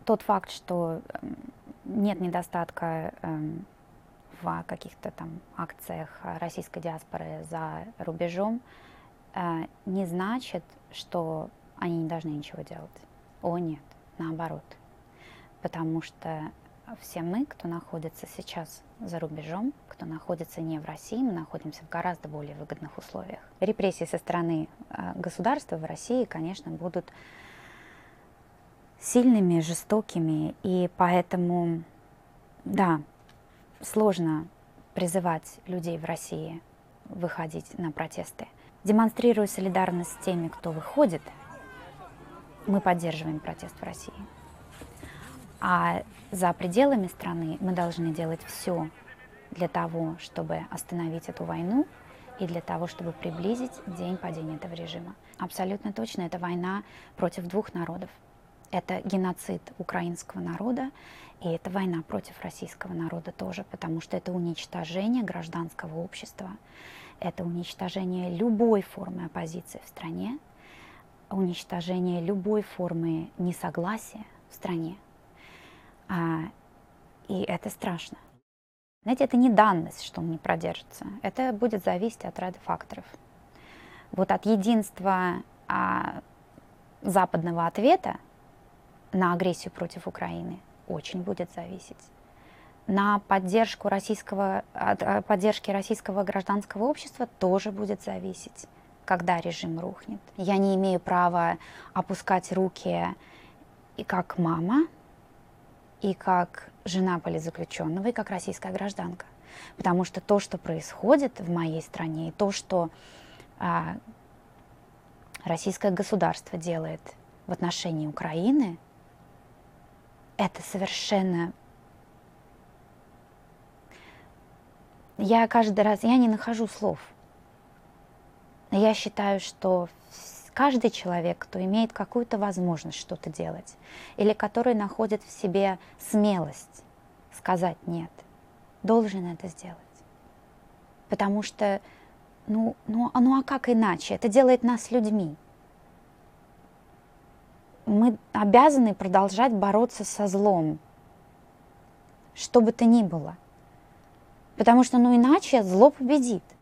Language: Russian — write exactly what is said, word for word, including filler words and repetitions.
тот факт, что нет недостатка в каких-то там акциях российской диаспоры за рубежом, не значит, что они не должны ничего делать. О, нет, наоборот. Потому что все мы, кто находится сейчас за рубежом, кто находится не в России, мы находимся в гораздо более выгодных условиях. Репрессии со стороны государства в России, конечно, будут сильными, жестокими, и поэтому, да, сложно призывать людей в России выходить на протесты. Демонстрируя солидарность с теми, кто выходит, мы поддерживаем протест в России. А за пределами страны мы должны делать все для того, чтобы остановить эту войну и для того, чтобы приблизить день падения этого режима. Абсолютно точно, это война против двух народов. Это геноцид украинского народа, и это война против российского народа тоже, потому что это уничтожение гражданского общества, это уничтожение любой формы оппозиции в стране, уничтожение любой формы несогласия в стране. А, и это страшно. Знаете, это не данность, что он не продержится. Это будет зависеть от ряда факторов. Вот от единства а, западного ответа на агрессию против Украины очень будет зависеть. На поддержку российского, от поддержки российского гражданского общества тоже будет зависеть, когда режим рухнет. Я не имею права опускать руки и как мама, и как жена политзаключенного, и как российская гражданка. Потому что то, что происходит в моей стране, и то, что а, российское государство делает в отношении Украины, это совершенно... Я каждый раз, я не нахожу слов. Я считаю, что каждый человек, кто имеет какую-то возможность что-то делать, или который находит в себе смелость сказать «нет», должен это сделать. Потому что, ну, ну, ну а как иначе? Это делает нас людьми. Мы обязаны продолжать бороться со злом, что бы то ни было. Потому что, ну иначе зло победит.